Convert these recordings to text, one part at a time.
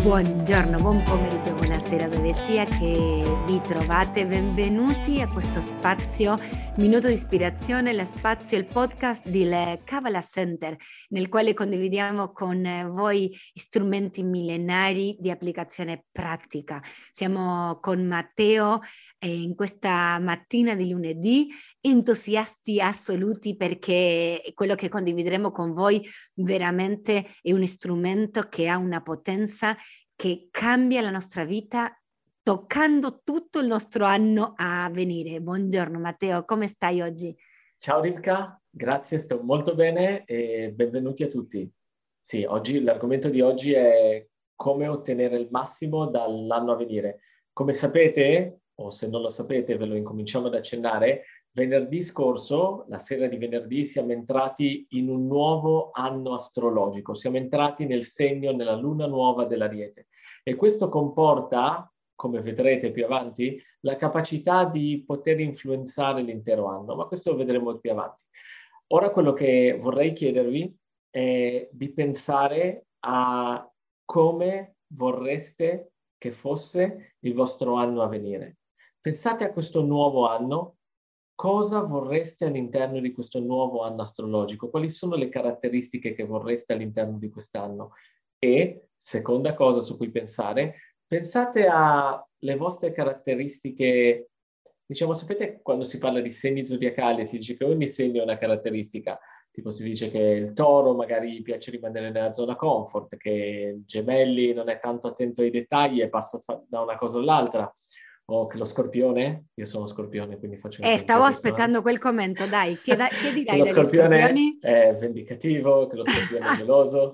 Buongiorno, buon pomeriggio, buonasera dove sia che vi trovate. Benvenuti a questo spazio Minuto di Ispirazione, lo spazio, il podcast del Kabbalah Center, nel quale condividiamo con voi strumenti millenari di applicazione pratica. Siamo con Matteo in questa mattina di lunedì, entusiasti assoluti perché quello che condivideremo con voi veramente è un strumento che ha una potenza che cambia la nostra vita toccando tutto il nostro anno a venire. Buongiorno Matteo, come stai oggi? Ciao Rivka, grazie, sto molto bene e benvenuti a tutti. Sì, l'argomento di oggi è come ottenere il massimo dall'anno a venire. Come sapete, o se non lo sapete ve lo incominciamo ad accennare, venerdì scorso, la sera di venerdì, siamo entrati in un nuovo anno astrologico. Siamo entrati nel segno, nella luna nuova dell'Ariete. E questo comporta, come vedrete più avanti, la capacità di poter influenzare l'intero anno, ma questo lo vedremo più avanti. Ora quello che vorrei chiedervi è di pensare a come vorreste che fosse il vostro anno a venire. Pensate a questo nuovo anno, cosa vorreste all'interno di questo nuovo anno astrologico? Quali sono le caratteristiche che vorreste all'interno di quest'anno? E, seconda cosa su cui pensate alle vostre caratteristiche. Diciamo, sapete quando si parla di segni zodiacali si dice che ogni segno ha una caratteristica, tipo si dice che il toro magari gli piace rimanere nella zona comfort, che il gemelli non è tanto attento ai dettagli e passa da una cosa all'altra, o che lo scorpione, io sono scorpione quindi faccio un esempio Stavo personale, aspettando quel commento, dai, che che dirai lo dagli scorpione scorpioni? è vendicativo, che lo scorpione è geloso,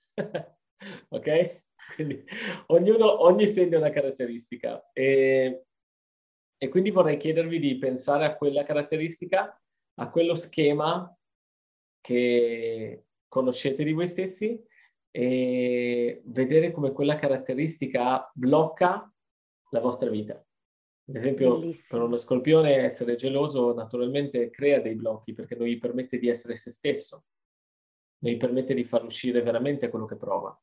ok? Quindi ogni segno ha una caratteristica e quindi vorrei chiedervi di pensare a quella caratteristica, a quello schema che conoscete di voi stessi e vedere come quella caratteristica blocca la vostra vita. Ad esempio, per Bellissimo. uno scorpione essere geloso naturalmente crea dei blocchi perché non gli permette di essere se stesso, non gli permette di far uscire veramente quello che prova.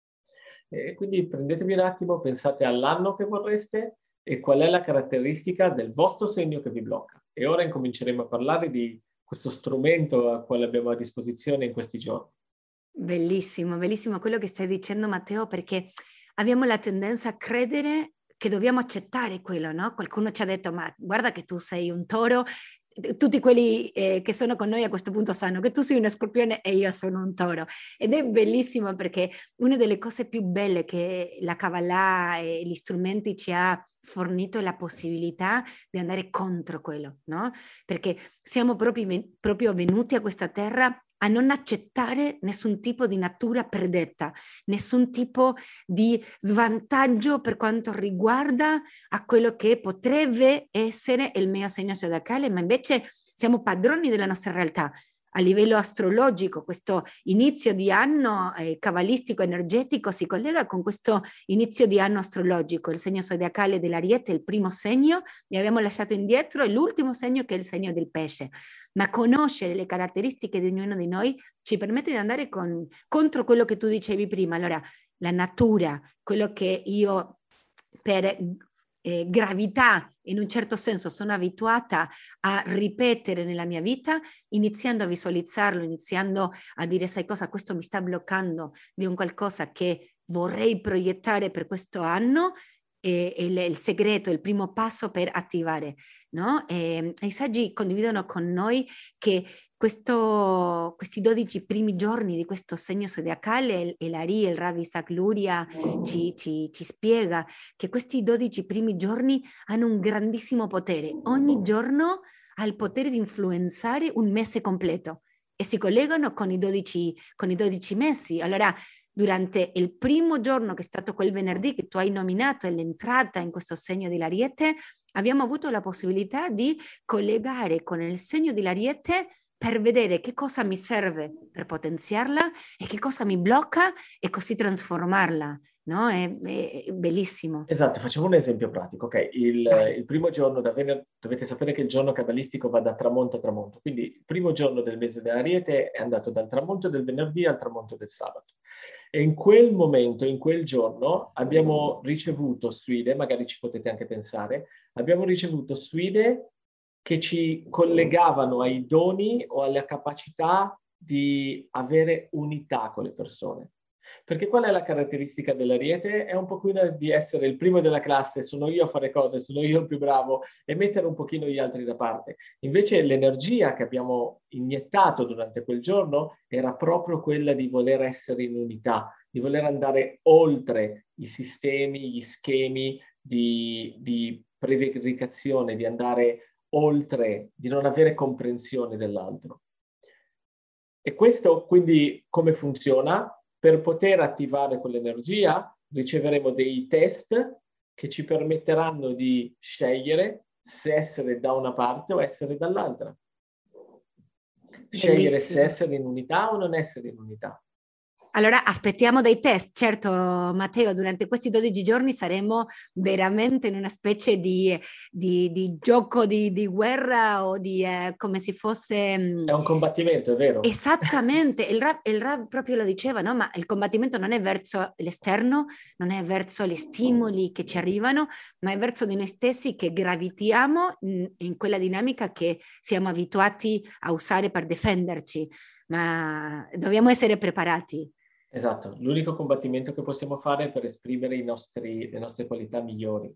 E quindi prendetevi un attimo, pensate all'anno che vorreste e qual è la caratteristica del vostro segno che vi blocca. E ora incominceremo a parlare di questo strumento al quale abbiamo a disposizione in questi giorni. Bellissimo, bellissimo quello che stai dicendo Matteo, perché abbiamo la tendenza a credere che dobbiamo accettare quello, no? Qualcuno ci ha detto, ma guarda che tu sei un toro, tutti quelli che sono con noi a questo punto sanno che tu sei uno scorpione e io sono un toro. Ed è bellissimo perché una delle cose più belle che la Kabbalah e gli strumenti ci ha fornito è la possibilità di andare contro quello, no? Perché siamo proprio venuti a questa terra a non accettare nessun tipo di natura predetta, nessun tipo di svantaggio per quanto riguarda a quello che potrebbe essere il mio segno zodiacale, ma invece siamo padroni della nostra realtà. A livello astrologico, questo inizio di anno cabalistico energetico si collega con questo inizio di anno astrologico. Il segno zodiacale dell'Ariete è il primo segno e abbiamo lasciato indietro l'ultimo segno che è il segno del pesce. Ma conoscere le caratteristiche di ognuno di noi ci permette di andare contro quello che tu dicevi prima. Allora, la natura, quello che io per gravità in un certo senso sono abituata a ripetere nella mia vita, iniziando a visualizzarlo, iniziando a dire sai cosa, questo mi sta bloccando di un qualcosa che vorrei proiettare per questo anno, il segreto, il primo passo per attivare, no? I saggi condividono con noi che questi 12 primi giorni di questo segno zodiacale, e l'Ari, il Rav Isaac Luria ci spiega che questi 12 primi giorni hanno un grandissimo potere. Ogni giorno ha il potere di influenzare un mese completo e si collegano con i 12 mesi. Allora, durante il primo giorno, che è stato quel venerdì che tu hai nominato, e l'entrata in questo segno dell'Ariete, abbiamo avuto la possibilità di collegare con il segno dell'Ariete per vedere che cosa mi serve per potenziarla e che cosa mi blocca e così trasformarla, no? È bellissimo. Esatto, facciamo un esempio pratico. Ok, Dai. il primo giorno dovete sapere che il giorno cabalistico va da tramonto a tramonto, quindi il primo giorno del mese dell'Ariete è andato dal tramonto del venerdì al tramonto del sabato. E in quel momento, in quel giorno, abbiamo ricevuto sfide, magari ci potete anche pensare, abbiamo ricevuto sfide che ci collegavano ai doni o alla capacità di avere unità con le persone. Perché qual è la caratteristica dell'Ariete? È un pochino di essere il primo della classe, sono io a fare cose, sono io il più bravo, e mettere un pochino gli altri da parte. Invece l'energia che abbiamo iniettato durante quel giorno era proprio quella di voler essere in unità, di voler andare oltre i sistemi, gli schemi di prevaricazione, di andare oltre, di non avere comprensione dell'altro. E questo quindi come funziona? Per poter attivare quell'energia riceveremo dei test che ci permetteranno di scegliere se essere da una parte o essere dall'altra. Scegliere se Bellissimo. essere in unità o non essere in unità. Allora aspettiamo dei test. Certo, Matteo, durante questi 12 giorni saremo veramente in una specie di gioco di guerra o di come se fosse... È un combattimento, è vero. Esattamente, il Rav proprio lo diceva, no? Ma il combattimento non è verso l'esterno, non è verso gli stimoli che ci arrivano, ma è verso di noi stessi che gravitiamo in quella dinamica che siamo abituati a usare per difenderci, ma dobbiamo essere preparati. Esatto, l'unico combattimento che possiamo fare è per esprimere le nostre qualità migliori.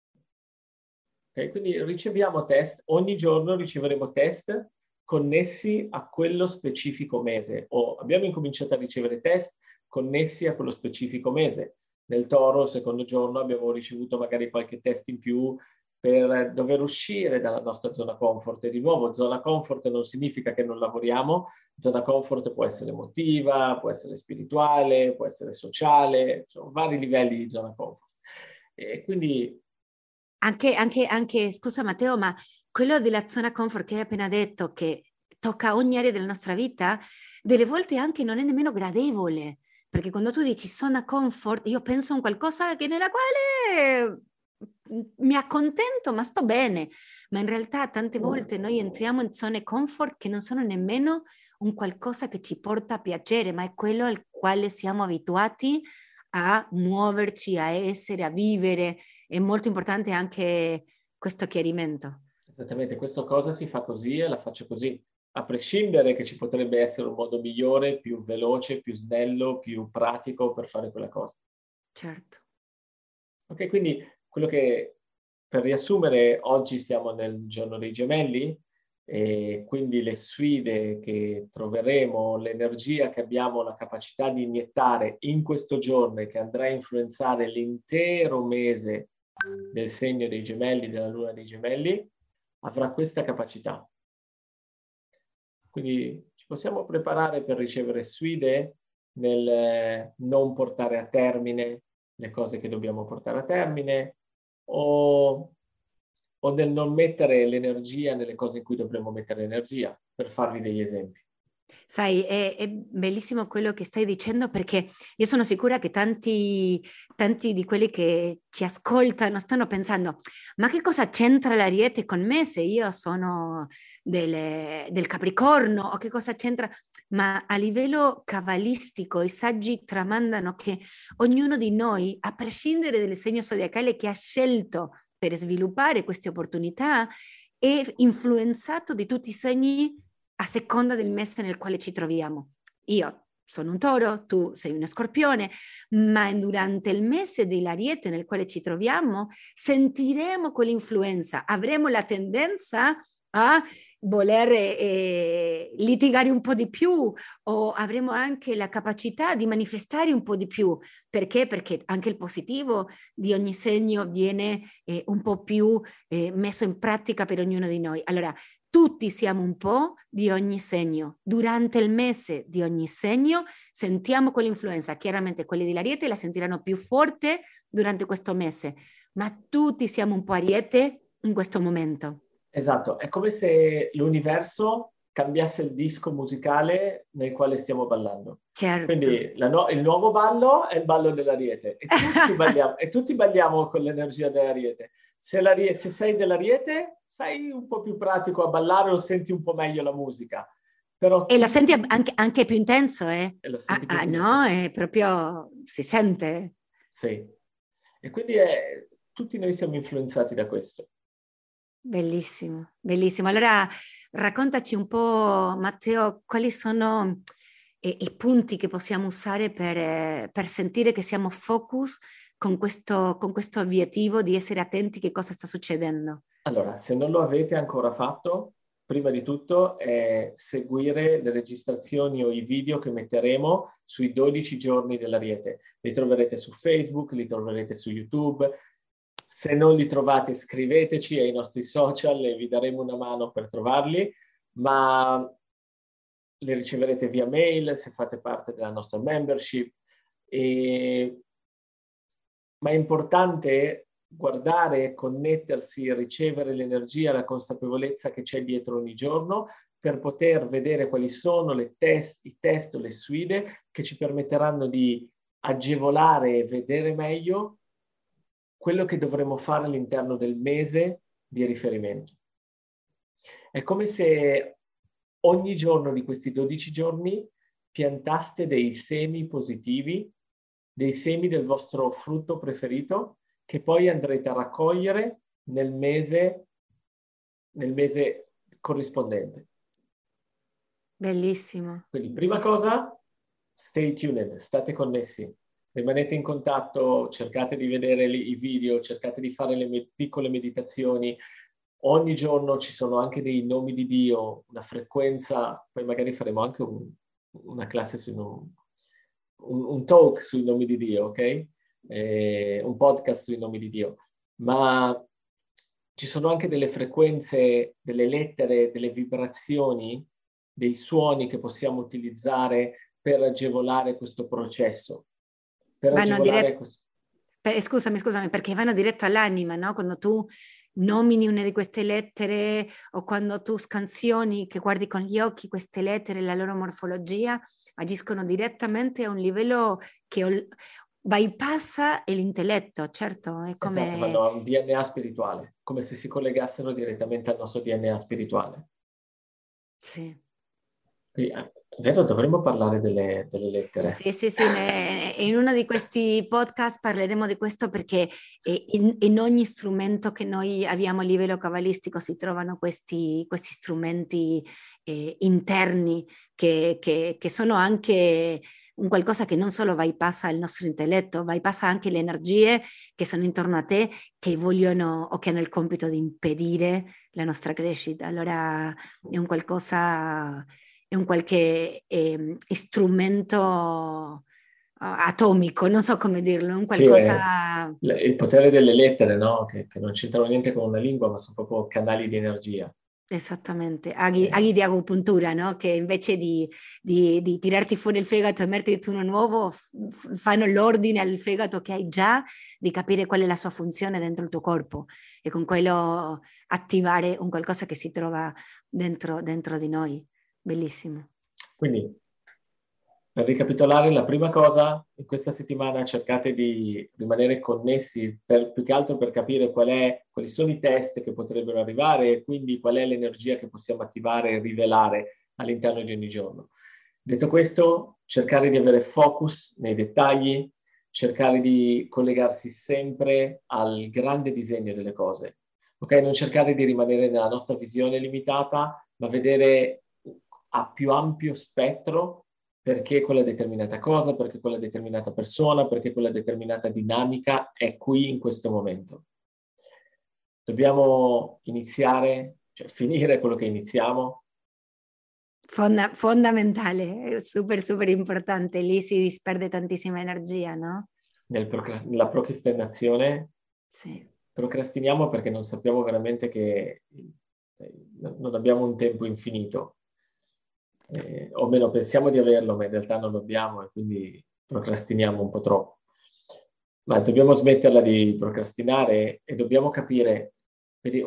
Okay? Quindi riceviamo test, ogni giorno riceveremo test connessi a quello specifico mese, o abbiamo incominciato a ricevere test connessi a quello specifico mese. Nel Toro, il secondo giorno, abbiamo ricevuto magari qualche test in più per dover uscire dalla nostra zona comfort. E di nuovo, zona comfort non significa che non lavoriamo, zona comfort può essere emotiva, può essere spirituale, può essere sociale, sono vari livelli di zona comfort. E quindi... Anche, scusa Matteo, ma quello della zona comfort che hai appena detto, che tocca ogni area della nostra vita, delle volte anche non è nemmeno gradevole, perché quando tu dici zona comfort, io penso a un qualcosa nella quale mi accontento, ma sto bene, ma in realtà tante volte noi entriamo in zone comfort che non sono nemmeno un qualcosa che ci porta a piacere, ma è quello al quale siamo abituati a muoverci, a essere, a vivere. È molto importante anche questo chiarimento. Esattamente, questa cosa si fa così e la faccio così, a prescindere che ci potrebbe essere un modo migliore, più veloce, più snello, più pratico per fare quella cosa. Certo. Ok, quindi quello che, per riassumere, oggi siamo nel giorno dei gemelli e quindi le sfide che troveremo, l'energia che abbiamo la capacità di iniettare in questo giorno e che andrà a influenzare l'intero mese del segno dei gemelli, della luna dei gemelli, avrà questa capacità. Quindi ci possiamo preparare per ricevere sfide nel non portare a termine le cose che dobbiamo portare a termine o nel non mettere l'energia nelle cose in cui dovremmo mettere l'energia, per farvi degli esempi. Sai, è bellissimo quello che stai dicendo perché io sono sicura che tanti di quelli che ci ascoltano stanno pensando, ma che cosa c'entra l'Ariete con me se io sono del Capricorno o che cosa c'entra? Ma a livello cabalistico i saggi tramandano che ognuno di noi, a prescindere dal segno zodiacale che ha scelto per sviluppare queste opportunità, è influenzato di tutti i segni a seconda del mese nel quale ci troviamo. Io sono un toro, tu sei uno scorpione, ma durante il mese dell'Ariete nel quale ci troviamo sentiremo quell'influenza, avremo la tendenza a voler litigare un po' di più o avremo anche la capacità di manifestare un po' di più. Perché? Perché anche il positivo di ogni segno viene un po' più messo in pratica per ognuno di noi. Allora, tutti siamo un po' di ogni segno. Durante il mese di ogni segno sentiamo quell'influenza. Chiaramente quelli dell'Ariete la sentiranno più forte durante questo mese, ma tutti siamo un po' Ariete in questo momento. Esatto, è come se l'universo cambiasse il disco musicale nel quale stiamo ballando. Certo. Quindi il nuovo ballo è il ballo dell'Ariete e tutti balliamo con l'energia dell'Ariete. Se sei dell'Ariete, sei un po' più pratico a ballare o senti un po' meglio la musica. Però E lo senti anche più intenso, eh? e lo senti più No, intenso. è proprio, si sente. Sì. E quindi tutti noi siamo influenzati da questo. Bellissimo, bellissimo. Allora raccontaci un po', Matteo, quali sono i punti che possiamo usare per sentire che siamo focus con questo obiettivo di essere attenti che cosa sta succedendo. Allora, se non lo avete ancora fatto, prima di tutto è seguire le registrazioni o i video che metteremo sui 12 giorni dell'Ariete. Li troverete su Facebook, li troverete su YouTube. Se non li trovate, scriveteci ai nostri social e vi daremo una mano per trovarli, ma li riceverete via mail se fate parte della nostra membership. Ma è importante guardare, connettersi, ricevere l'energia, la consapevolezza che c'è dietro ogni giorno per poter vedere quali sono i test o le sfide che ci permetteranno di agevolare e vedere meglio quello che dovremo fare all'interno del mese di riferimento. È come se ogni giorno di questi 12 giorni piantaste dei semi positivi, dei semi del vostro frutto preferito, che poi andrete a raccogliere nel mese corrispondente. Bellissimo, Quindi, prima bellissimo. cosa, stay tuned, state connessi, rimanete in contatto, cercate di vedere i video, cercate di fare le piccole meditazioni. Ogni giorno ci sono anche dei nomi di Dio, una frequenza, poi magari faremo anche una classe un talk sui nomi di Dio, ok? Un podcast sui nomi di Dio. Ma ci sono anche delle frequenze, delle lettere, delle vibrazioni, dei suoni che possiamo utilizzare per agevolare questo processo. Per Vanno agevolare questo. Scusami, perché vanno diretto all'anima, no? Quando tu nomini una di queste lettere o quando tu scansioni, che guardi con gli occhi queste lettere, la loro morfologia, agiscono direttamente a un livello che bypassa l'intelletto, certo, è Esatto, come... vanno a un DNA spirituale, come se si collegassero direttamente al nostro DNA spirituale. Sì. Quindi, è vero, dovremmo parlare delle lettere. Sì, sì, sì, in uno di questi podcast parleremo di questo perché in ogni strumento che noi abbiamo a livello cabalistico si trovano questi strumenti interni che sono anche un qualcosa che non solo bypassa il nostro intelletto, bypassa anche le energie che sono intorno a te, che vogliono o che hanno il compito di impedire la nostra crescita. Allora è un qualcosa è un qualche strumento atomico, non so come dirlo, un Sì, è qualcosa... il potere delle lettere, no? Che non c'entrano niente con una lingua, ma sono proprio canali di energia. Esattamente, aghi, Eh, aghi di agopuntura, no? Che invece di tirarti fuori il fegato e metterti uno nuovo, fanno l'ordine al fegato che hai già di capire qual è la sua funzione dentro il tuo corpo e con quello attivare un qualcosa che si trova dentro di noi. Bellissimo. Quindi, per ricapitolare, la prima cosa, in questa settimana cercate di rimanere connessi, più che altro per capire quali sono i test che potrebbero arrivare e quindi qual è l'energia che possiamo attivare e rivelare all'interno di ogni giorno. Detto questo, cercare di avere focus nei dettagli, cercare di collegarsi sempre al grande disegno delle cose. Ok? Non cercare di rimanere nella nostra visione limitata, ma vedere a più ampio spettro perché quella determinata cosa, perché quella determinata persona, perché quella determinata dinamica è qui in questo momento. Dobbiamo iniziare, cioè finire quello che iniziamo. Fondamentale, è super, super importante. Lì si disperde tantissima energia, no? Nella procrastinazione Sì. procrastiniamo perché non sappiamo veramente che non abbiamo un tempo infinito. O meno pensiamo di averlo, ma in realtà non lo abbiamo e quindi procrastiniamo un po' troppo. Ma dobbiamo smetterla di procrastinare e dobbiamo capire, vedi,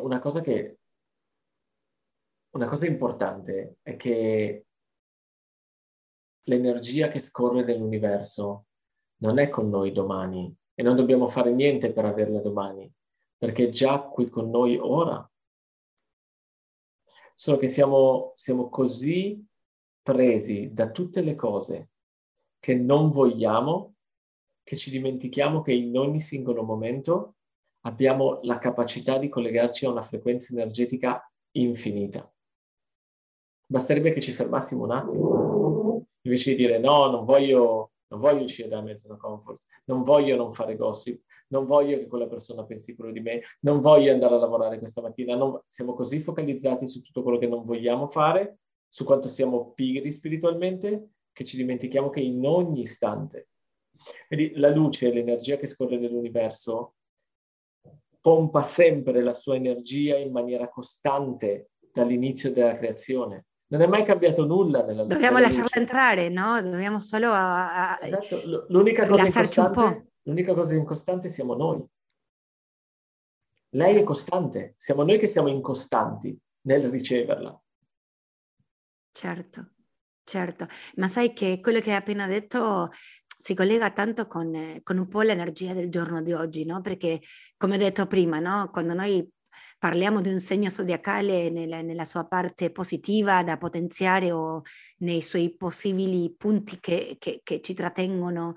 una cosa importante è che l'energia che scorre nell'universo non è con noi domani e non dobbiamo fare niente per averla domani, perché è già qui con noi ora. Solo che siamo così presi da tutte le cose che non vogliamo, che ci dimentichiamo che in ogni singolo momento abbiamo la capacità di collegarci a una frequenza energetica infinita. Basterebbe che ci fermassimo un attimo, invece di dire no, non voglio uscire dalla mia zona comfort, non voglio non fare gossip, non voglio che quella persona pensi quello di me, non voglio andare a lavorare questa mattina. Siamo così focalizzati su tutto quello che non vogliamo fare, su quanto siamo pigri spiritualmente, che ci dimentichiamo che in ogni istante, vedi, la luce, l'energia che scorre nell'universo, pompa sempre la sua energia in maniera costante dall'inizio della creazione. Non è mai cambiato nulla Dobbiamo nella lasciarla luce. entrare, no? Dobbiamo solo Esatto, l'unica cosa incostante siamo noi. Lei è costante, siamo noi che siamo incostanti nel riceverla. Certo, certo. Ma sai che quello che hai appena detto si collega tanto con un po' l'energia del giorno di oggi, no? Perché, come ho detto prima, no? Quando noi parliamo di un segno zodiacale nella sua parte positiva da potenziare o nei suoi possibili punti che ci trattengono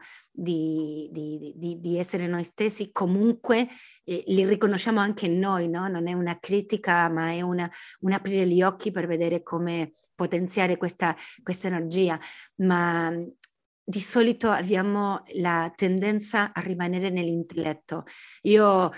di essere noi stessi, comunque li riconosciamo anche noi, no? Non è una critica, ma è un aprire gli occhi per vedere come potenziare questa energia, ma di solito abbiamo la tendenza a rimanere nell'intelletto. Io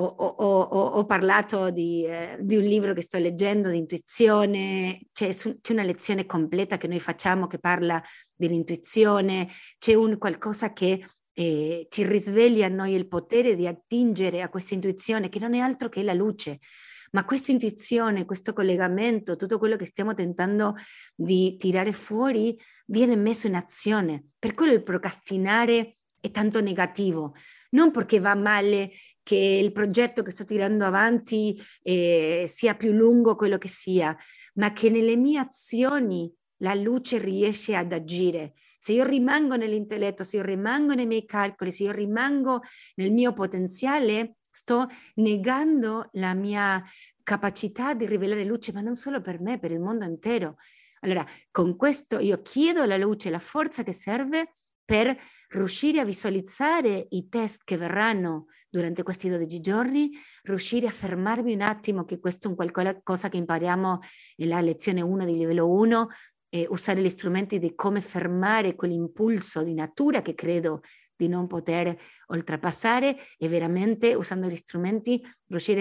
ho parlato di un libro che sto leggendo, di intuizione, c'è una lezione completa che noi facciamo che parla dell'intuizione, c'è un qualcosa che ci risveglia a noi il potere di attingere a questa intuizione che non è altro che la luce. Ma questa intuizione, questo collegamento, tutto quello che stiamo tentando di tirare fuori viene messo in azione. Per quello il procrastinare è tanto negativo, non perché va male che il progetto che sto tirando avanti sia più lungo quello che sia, ma che nelle mie azioni la luce riesce ad agire. Se io rimango nell'intelletto, se io rimango nei miei calcoli, se io rimango nel mio potenziale, sto negando la mia capacità di rivelare luce, ma non solo per me, per il mondo intero. Allora, con questo io chiedo alla luce la forza che serve per riuscire a visualizzare i test che verranno durante questi 12 giorni, riuscire a fermarmi un attimo, che questo è un qualcosa che impariamo nella lezione 1 di livello 1, usare gli strumenti di come fermare quell'impulso di natura che credo di non poter oltrepassare e veramente usando gli strumenti riuscire a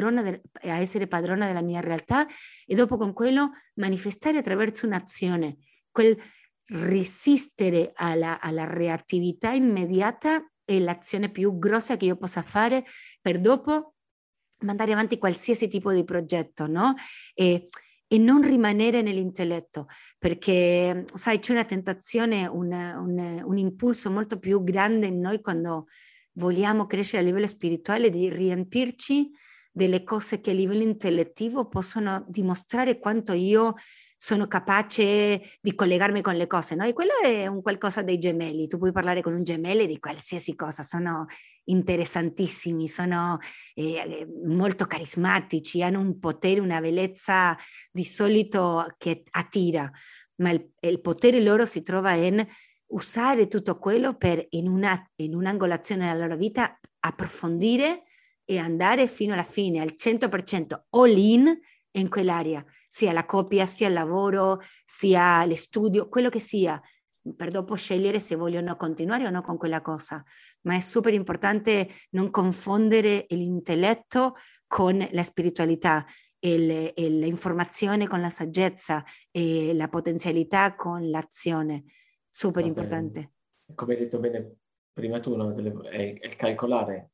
essere padrona della mia realtà e dopo con quello manifestare attraverso un'azione, quel resistere alla reattività immediata è l'azione più grossa che io possa fare per dopo mandare avanti qualsiasi tipo di progetto, no? E non rimanere nell'intelletto, perché sai c'è una tentazione, un impulso molto più grande in noi quando vogliamo crescere a livello spirituale di riempirci delle cose che a livello intellettivo possono dimostrare quanto io sono capace di collegarmi con le cose, no? E quello è un qualcosa dei gemelli, tu puoi parlare con un gemello di qualsiasi cosa, sono interessantissimi, sono molto carismatici, hanno un potere, una bellezza di solito che attira, ma il potere loro si trova in usare tutto quello per in un'angolazione della loro vita approfondire e andare fino alla fine, al 100% all in quell'area, sia la coppia, sia il lavoro, sia lo studio, quello che sia, per dopo scegliere se vogliono continuare o no con quella cosa. Ma è super importante non confondere l'intelletto con la spiritualità e l'informazione con la saggezza e la potenzialità con l'azione. Super importante. Come hai detto bene prima tu, no? È il calcolare.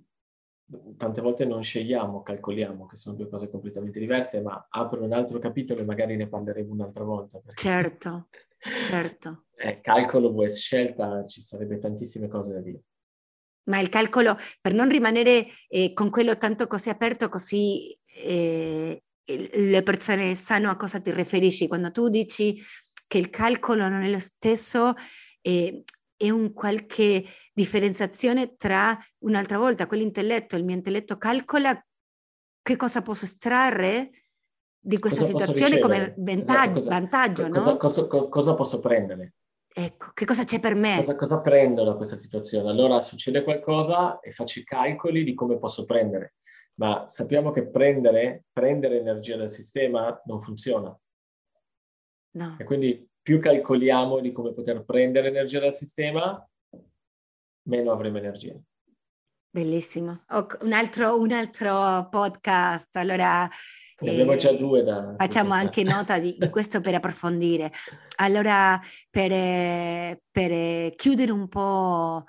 Tante volte non scegliamo, calcoliamo, che sono due cose completamente diverse, ma apro un altro capitolo e magari ne parleremo un'altra volta. Perché certo, certo. Calcolo vuoi scelta, ci sarebbe tantissime cose da dire. Ma il calcolo, per non rimanere con quello tanto così aperto, così le persone sanno a cosa ti riferisci. Quando tu dici che il calcolo non è lo stesso, è un qualche differenziazione tra un'altra volta, quell'intelletto, il mio intelletto calcola che cosa posso estrarre di questa Cosa posso situazione come ricevere? Esatto, vantaggio, no? cosa posso prendere? Ecco, che cosa c'è per me? Cosa prendo da questa situazione? Allora succede qualcosa e faccio i calcoli di come posso prendere. Ma sappiamo che prendere energia dal sistema non funziona. No, E quindi più calcoliamo di come poter prendere energia dal sistema, meno avremo energia. bellissimo. Un altro podcast, allora Ne abbiamo già due da cui facciamo pensare. anche nota di questo per approfondire. Allora, chiudere un po'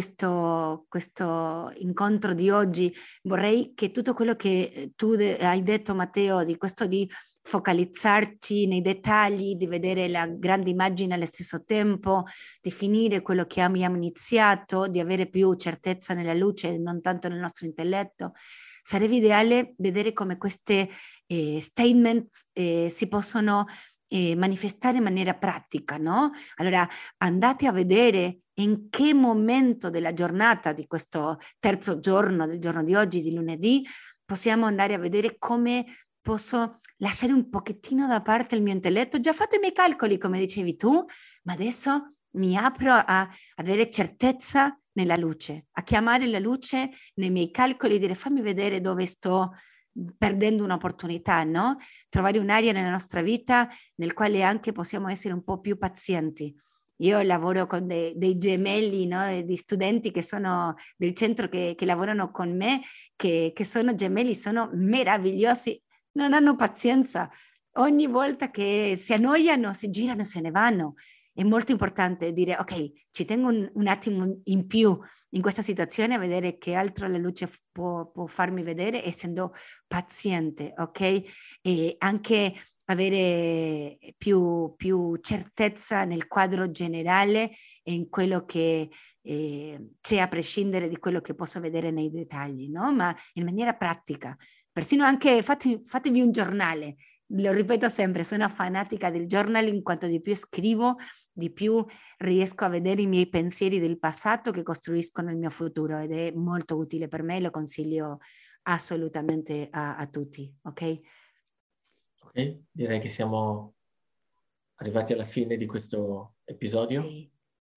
questo incontro di oggi, vorrei che tutto quello che tu hai detto, Matteo, di questo di focalizzarci nei dettagli, di vedere la grande immagine allo stesso tempo, di finire quello che abbiamo iniziato, di avere più certezza nella luce e non tanto nel nostro intelletto. Sarebbe ideale vedere come queste statement si possono manifestare in maniera pratica, no? Allora andate a vedere in che momento della giornata di questo terzo giorno, del giorno di oggi, di lunedì, possiamo andare a vedere come posso lasciare un pochettino da parte il mio intelletto. Ho già fatto i miei calcoli, come dicevi tu, ma adesso mi apro a avere certezza nella luce, a chiamare la luce nei miei calcoli e dire fammi vedere dove sto perdendo un'opportunità, no? Trovare un'area nella nostra vita nel quale anche possiamo essere un po' più pazienti. Io lavoro con dei gemelli, no? Di studenti che sono del centro che lavorano con me, che sono gemelli, sono meravigliosi, non hanno pazienza. Ogni volta che si annoiano, si girano e se ne vanno. È molto importante dire, ok, ci tengo un attimo in più in questa situazione a vedere che altro la luce può farmi vedere, essendo paziente, ok? E anche avere più certezza nel quadro generale e in quello che c'è a prescindere di quello che posso vedere nei dettagli, no? Ma in maniera pratica. Persino anche fatevi un giornale. Lo ripeto sempre, sono una fanatica del journaling, quanto di più scrivo, di più riesco a vedere i miei pensieri del passato che costruiscono il mio futuro ed è molto utile per me, lo consiglio assolutamente a tutti, ok? Ok, direi che siamo arrivati alla fine di questo episodio, Sì,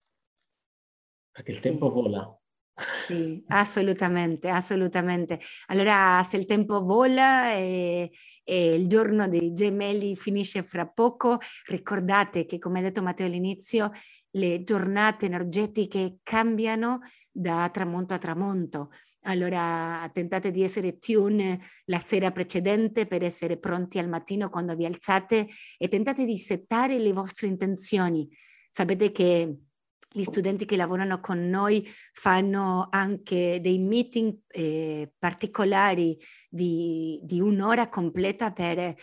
perché il tempo sì. vola. Sì, assolutamente, assolutamente. Allora, se il tempo vola e il giorno dei gemelli finisce fra poco, ricordate che, come ha detto Matteo all'inizio, le giornate energetiche cambiano da tramonto a tramonto. Allora, tentate di essere tune la sera precedente per essere pronti al mattino quando vi alzate e tentate di settare le vostre intenzioni. Sapete che gli studenti che lavorano con noi fanno anche dei meeting particolari di un'ora completa per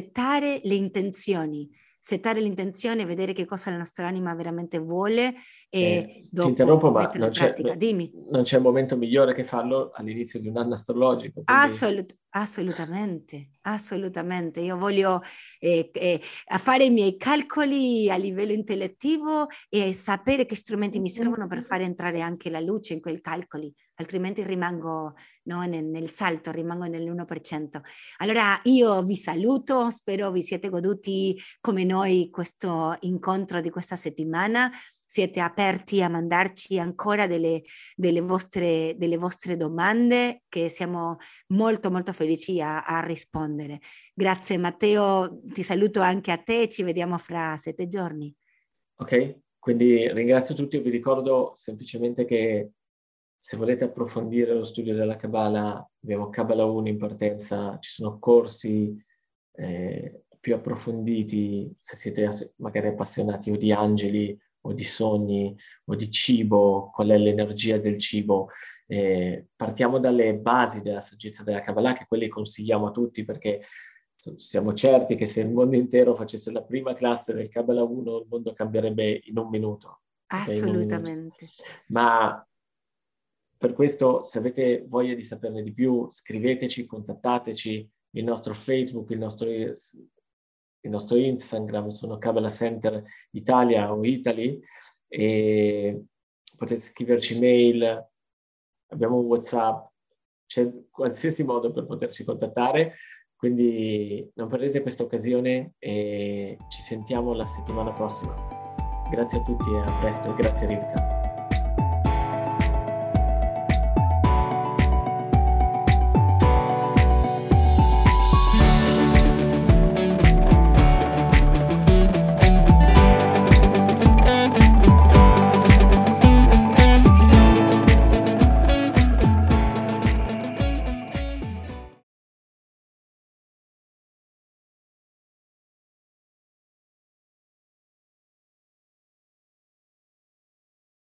settare l'intenzione, vedere che cosa la nostra anima veramente vuole e Ti dopo interrompo, ma metterla in pratica. Dimmi. non c'è momento migliore che farlo all'inizio di un anno astrologico, quindi... Assolutamente, assolutamente. Io voglio a fare i miei calcoli a livello intellettivo e sapere che strumenti mi servono per fare entrare anche la luce in quei calcoli, altrimenti rimango, no, nel salto, rimango nell'1%. Allora io vi saluto, spero vi siete goduti come noi questo incontro di questa settimana. Siete aperti a mandarci ancora delle vostre domande che siamo molto molto felici a rispondere. Grazie Matteo, ti saluto anche a te, ci vediamo fra 7 giorni. Ok, quindi ringrazio tutti e vi ricordo semplicemente che se volete approfondire lo studio della Kabbalah, abbiamo Kabbalah 1 in partenza, ci sono corsi più approfonditi, se siete magari appassionati o di angeli o di sogni o di cibo, qual è l'energia del cibo. Partiamo dalle basi della saggezza della Kabbalah, che quelle consigliamo a tutti perché siamo certi che se il mondo intero facesse la prima classe del Kabbalah 1, il mondo cambierebbe in un minuto. Okay? In un minuto. Assolutamente. Ma per questo, se avete voglia di saperne di più, scriveteci, contattateci, il nostro Facebook, il nostro Instagram sono Kabbalah Center Italia o Italy e potete scriverci mail, abbiamo un WhatsApp, c'è qualsiasi modo per poterci contattare. Quindi non perdete questa occasione e ci sentiamo la settimana prossima. Grazie a tutti e a presto, e grazie Rivka.